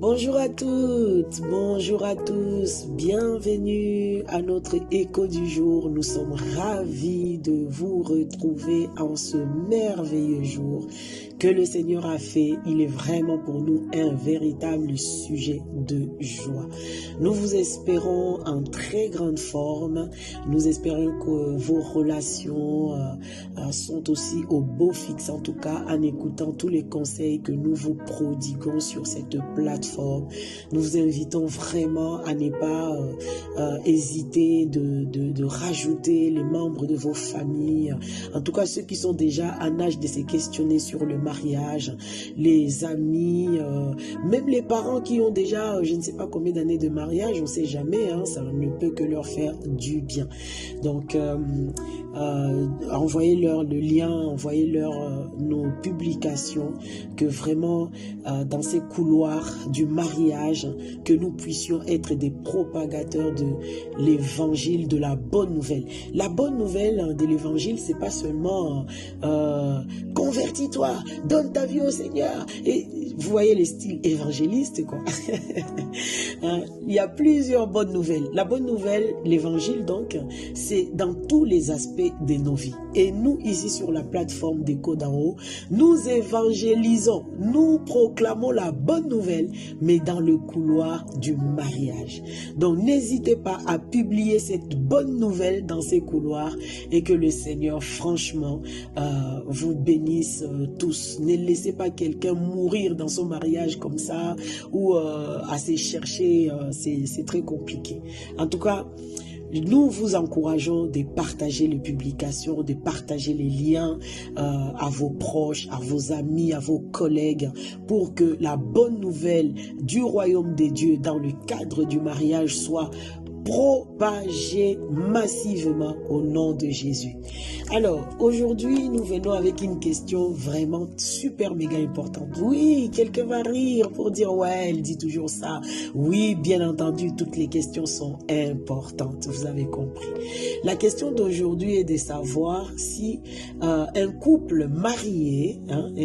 Bonjour à toutes, bonjour à tous, bienvenue à notre écho du jour. Nous sommes ravis de vous retrouver en ce merveilleux jour que le Seigneur a fait. Il est vraiment pour nous un véritable sujet de joie. Nous vous espérons en très grande forme. Nous espérons que vos relations sont aussi au beau fixe, en tout cas en écoutant tous les conseils que nous vous prodiguons sur cette plateforme. Nous vous invitons vraiment à ne pas hésiter de rajouter les membres de vos familles, en tout cas ceux qui sont déjà en âge de se questionner sur le mariage, les amis, même les parents qui ont déjà je ne sais pas combien d'années de mariage, on ne sait jamais, hein, ça ne peut que leur faire du bien. Donc envoyez-leur le lien, envoyez-leur nos publications, que vraiment dans ces couloirs du mariage, que nous puissions être des propagateurs de l'évangile, de la bonne nouvelle. La bonne nouvelle de l'évangile, c'est pas seulement convertis-toi, donne ta vie au Seigneur. Et vous voyez les styles évangélistes, quoi. Il y a plusieurs bonnes nouvelles. La bonne nouvelle, l'évangile donc, c'est dans tous les aspects de nos vies. Et nous, ici sur la plateforme d'Écho d'en haut, nous évangélisons, nous proclamons la bonne nouvelle, mais dans le couloir du mariage. Donc n'hésitez pas à publier cette bonne nouvelle dans ces couloirs et que le Seigneur, franchement, vous bénisse tous. Ne laissez pas quelqu'un mourir dans son mariage comme ça ou à se chercher, c'est très compliqué. En tout cas, nous vous encourageons de partager les publications, de partager les liens à vos proches, à vos amis, à vos collègues, pour que la bonne nouvelle du royaume des dieux dans le cadre du mariage soit propagée massivement au nom de Jésus. Alors, aujourd'hui, nous venons avec une question vraiment super méga importante. Oui, quelqu'un va rire pour dire, ouais, elle dit toujours ça. Oui, bien entendu, toutes les questions sont importantes, vous avez compris. La question d'aujourd'hui est de savoir si un couple marié,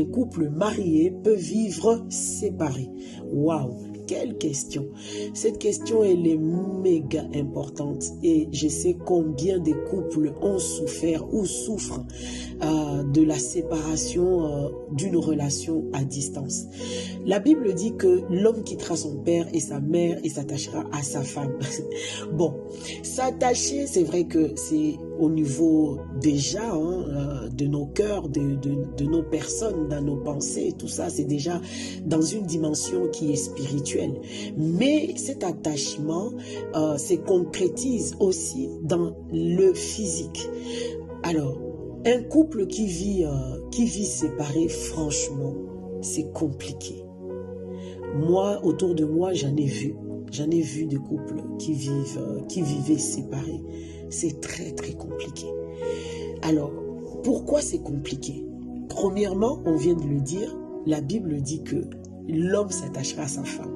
peut vivre séparé. Waouh! Quelle question! Cette question, elle est méga importante et je sais combien de couples ont souffert ou souffrent de la séparation d'une relation à distance. La Bible dit que l'homme quittera son père et sa mère et s'attachera à sa femme. Bon, s'attacher, c'est vrai que c'est au niveau déjà de nos cœurs, de nos personnes, dans nos pensées, tout ça, c'est déjà dans une dimension qui est spirituelle. Mais cet attachement se concrétise aussi dans le physique. Alors, un couple qui vit séparé, franchement, c'est compliqué. Moi, autour de moi, j'en ai vu des couples qui vivaient séparés. C'est très, très compliqué. Alors, pourquoi c'est compliqué? Premièrement, on vient de le dire, la Bible dit que l'homme s'attachera à sa femme.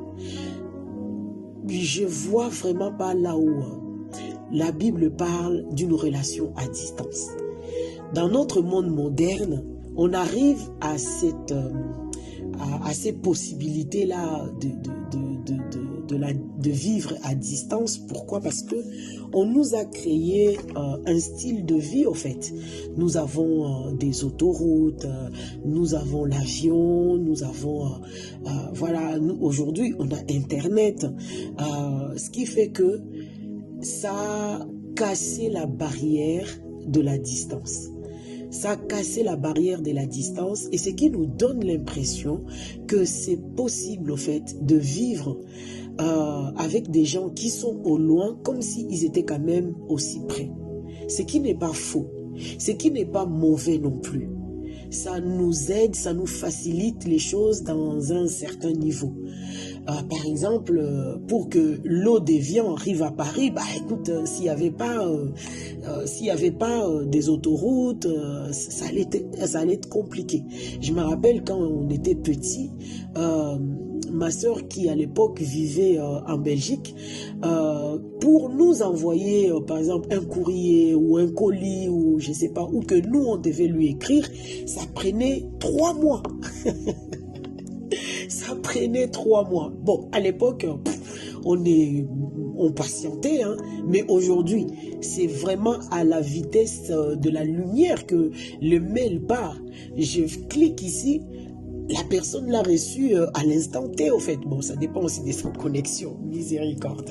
Je vois vraiment pas là où la Bible parle d'une relation à distance. Dans notre monde moderne, on arrive à ces possibilités-là de vivre à distance. Pourquoi? Parce que on nous a créé un style de vie, au fait. Nous avons des autoroutes, nous avons l'avion, nous avons voilà, aujourd'hui on a Internet, ce qui fait que ça a cassé la barrière de la distance. Ça a cassé la barrière de la distance et ce qui nous donne l'impression que c'est possible, au fait, de vivre avec des gens qui sont au loin comme s'ils étaient quand même aussi près. Ce qui n'est pas faux, ce qui n'est pas mauvais non plus. Ça nous aide, ça nous facilite les choses dans un certain niveau. Par exemple, pour que l'eau d'Évian arrive à Paris, bah écoute, s'il n'y avait pas des autoroutes, ça allait être compliqué. Je me rappelle quand on était petit, ma soeur qui à l'époque vivait en Belgique, pour nous envoyer par exemple un courrier ou un colis ou je sais pas, ou que nous on devait lui écrire, ça prenait 3 mois. Ça Ça prenait 3 mois. Bon, à l'époque, on patientait, hein, mais aujourd'hui, c'est vraiment à la vitesse de la lumière que le mail part. Je clique ici, la personne l'a reçu à l'instant T, au fait. Bon, ça dépend aussi de sa connexion, miséricorde.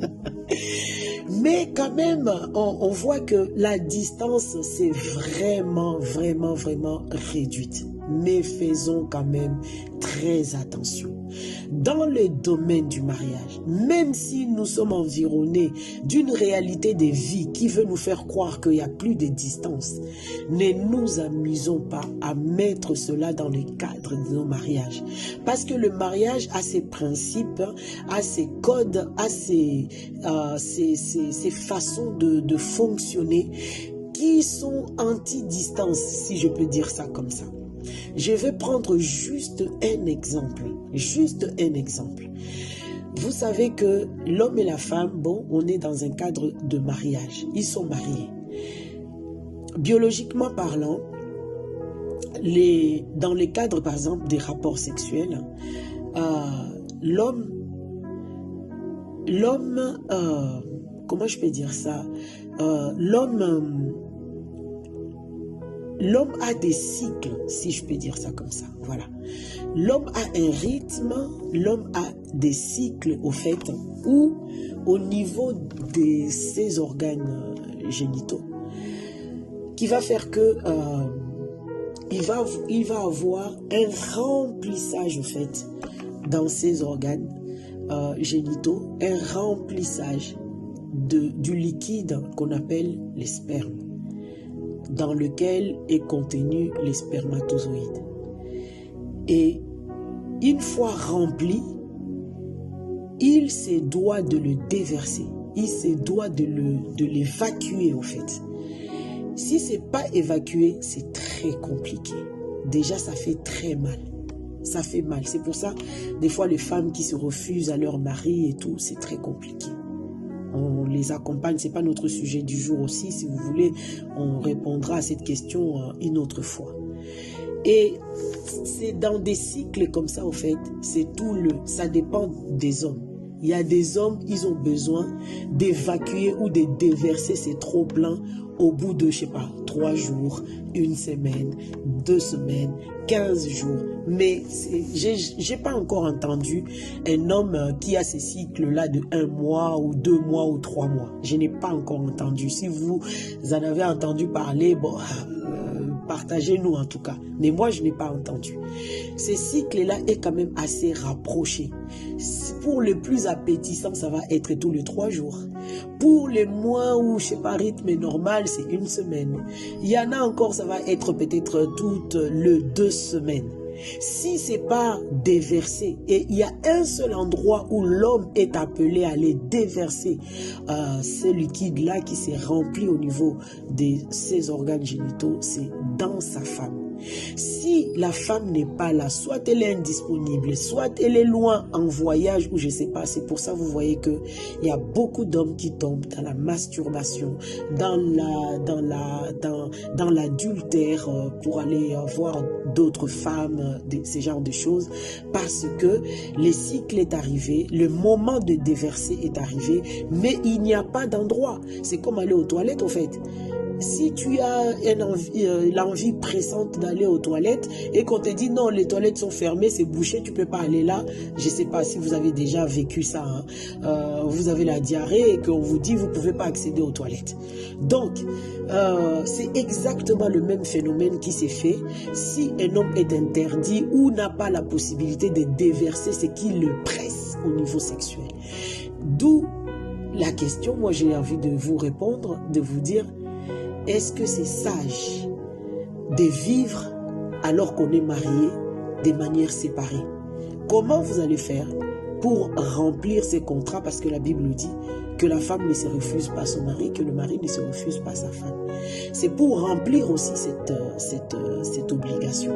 Mais quand même, on voit que la distance, c'est vraiment, vraiment, vraiment réduite. Mais faisons quand même très attention. Dans le domaine du mariage, même si nous sommes environnés d'une réalité de vie qui veut nous faire croire qu'il n'y a plus de distance, ne nous amusons pas à mettre cela dans le cadre de nos mariages. Parce que le mariage a ses principes, a ses codes, a ses façons de fonctionner qui sont anti-distance, si je peux dire ça comme ça. Je vais prendre juste un exemple. Juste un exemple. Vous savez que l'homme et la femme, bon, on est dans un cadre de mariage. Ils sont mariés. Biologiquement parlant, dans les cadres, par exemple, des rapports sexuels, l'homme, comment je peux dire ça? L'homme a des cycles, si je peux dire ça comme ça. Voilà. L'homme a un rythme, l'homme a des cycles, au fait, où au niveau de ses organes génitaux, qui va faire que il va avoir un remplissage, au fait, dans ses organes génitaux, un remplissage du liquide qu'on appelle les spermes, dans lequel est contenu les spermatozoïdes. Et une fois rempli, il se doit de le déverser, il se doit de l'évacuer, en fait. Si ce n'est pas évacué, c'est très compliqué. Déjà, ça fait très mal. Ça fait mal. C'est pour ça, des fois, les femmes qui se refusent à leur mari et tout, c'est très compliqué. On les accompagne, ce n'est pas notre sujet du jour aussi. Si vous voulez, on répondra à cette question une autre fois. Et c'est dans des cycles comme ça, au fait, ça dépend des hommes. Il y a des hommes, ils ont besoin d'évacuer ou de déverser ces trop-pleins au bout de, je sais pas, 3 jours, 1 semaine, 2 semaines, 15 jours. Mais j'ai pas encore entendu un homme qui a ces cycles-là de 1 mois ou 2 mois ou 3 mois. Je n'ai pas encore entendu. Si vous en avez entendu parler, bon, partagez-nous en tout cas. Mais moi, je n'ai pas entendu. Ces cycles-là est quand même assez rapproché. Pour le plus appétissant, ça va être tous les 3 jours. Pour les mois où, je sais pas, rythme normal, c'est 1 semaine. Il y en a encore, ça va être peut-être toutes les 2 semaines. Si ce n'est pas déversé, et il y a un seul endroit où l'homme est appelé à aller déverser ce liquide-là qui s'est rempli au niveau de ses organes génitaux, c'est dans sa femme. Si la femme n'est pas là, soit elle est indisponible, soit elle est loin en voyage ou je ne sais pas, c'est pour ça que vous voyez qu'il y a beaucoup d'hommes qui tombent dans la masturbation, dans l'adultère pour aller voir d'autres femmes, ce genre de choses, parce que le cycle est arrivé, le moment de déverser est arrivé, mais il n'y a pas d'endroit. C'est comme aller aux toilettes au fait. Si tu as l'envie pressante d'aller aux toilettes et qu'on te dit non, les toilettes sont fermées, c'est bouché, tu ne peux pas aller là. Je ne sais pas si vous avez déjà vécu ça. Hein. Vous avez la diarrhée et qu'on vous dit vous ne pouvez pas accéder aux toilettes. Donc, c'est exactement le même phénomène qui s'est fait si un homme est interdit ou n'a pas la possibilité de déverser ce qui le presse au niveau sexuel. D'où la question, moi j'ai envie de vous répondre, de vous dire, est-ce que c'est sage de vivre alors qu'on est marié de manière séparée? Comment vous allez faire pour remplir ces contrats? Parce que la Bible dit que la femme ne se refuse pas à son mari, que le mari ne se refuse pas à sa femme. C'est pour remplir aussi cette obligation.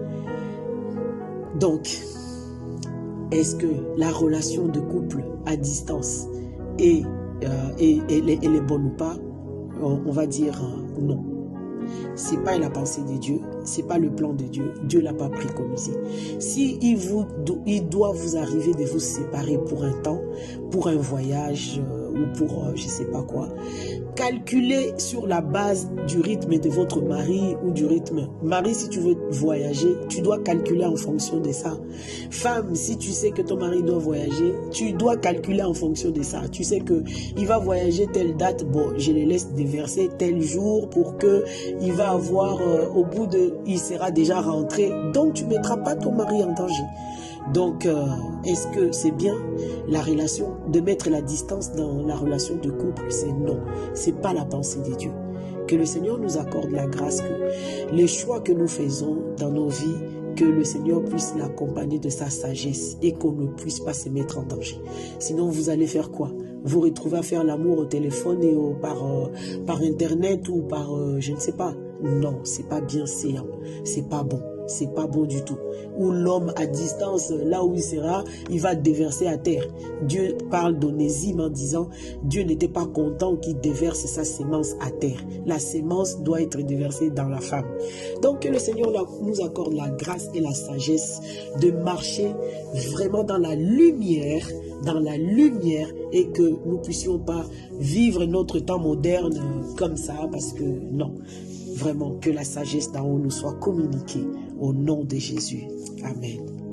Donc, est-ce que la relation de couple à distance est bonne ou pas? On va dire non. C'est pas la pensée de Dieu, c'est pas le plan de Dieu. Dieu l'a pas préconisé. Si il doit vous arriver de vous séparer pour un temps, pour un voyage ou pour je ne sais pas quoi, calculez sur la base du rythme de votre mari ou du rythme. Mari, si tu veux voyager, tu dois calculer en fonction de ça. Femme, si tu sais que ton mari doit voyager, tu dois calculer en fonction de ça. Tu sais qu'il va voyager telle date, bon, je le laisse déverser tel jour pour que il va avoir, au bout de, il sera déjà rentré. Donc, tu ne mettras pas ton mari en danger. Donc, est-ce que c'est bien la relation, de mettre la distance dans la relation de couple? C'est non, c'est pas la pensée de Dieu. Que le Seigneur nous accorde la grâce, que les choix que nous faisons dans nos vies, que le Seigneur puisse l'accompagner de sa sagesse et qu'on ne puisse pas se mettre en danger. Sinon, vous allez faire quoi? Vous retrouvez à faire l'amour au téléphone et par Internet ou par, je ne sais pas. Non, c'est pas bien séant, c'est pas bon. C'est pas bon du tout. Ou l'homme à distance, là où il sera, il va déverser à terre. Dieu parle d'Onésime en disant, Dieu n'était pas content qu'il déverse sa sémence à terre. La sémence doit être déversée dans la femme. Donc que le Seigneur nous accorde la grâce et la sagesse de marcher vraiment dans la lumière et que nous ne puissions pas vivre notre temps moderne comme ça, parce que non. Vraiment, que la sagesse d'en haut nous soit communiquée au nom de Jésus. Amen.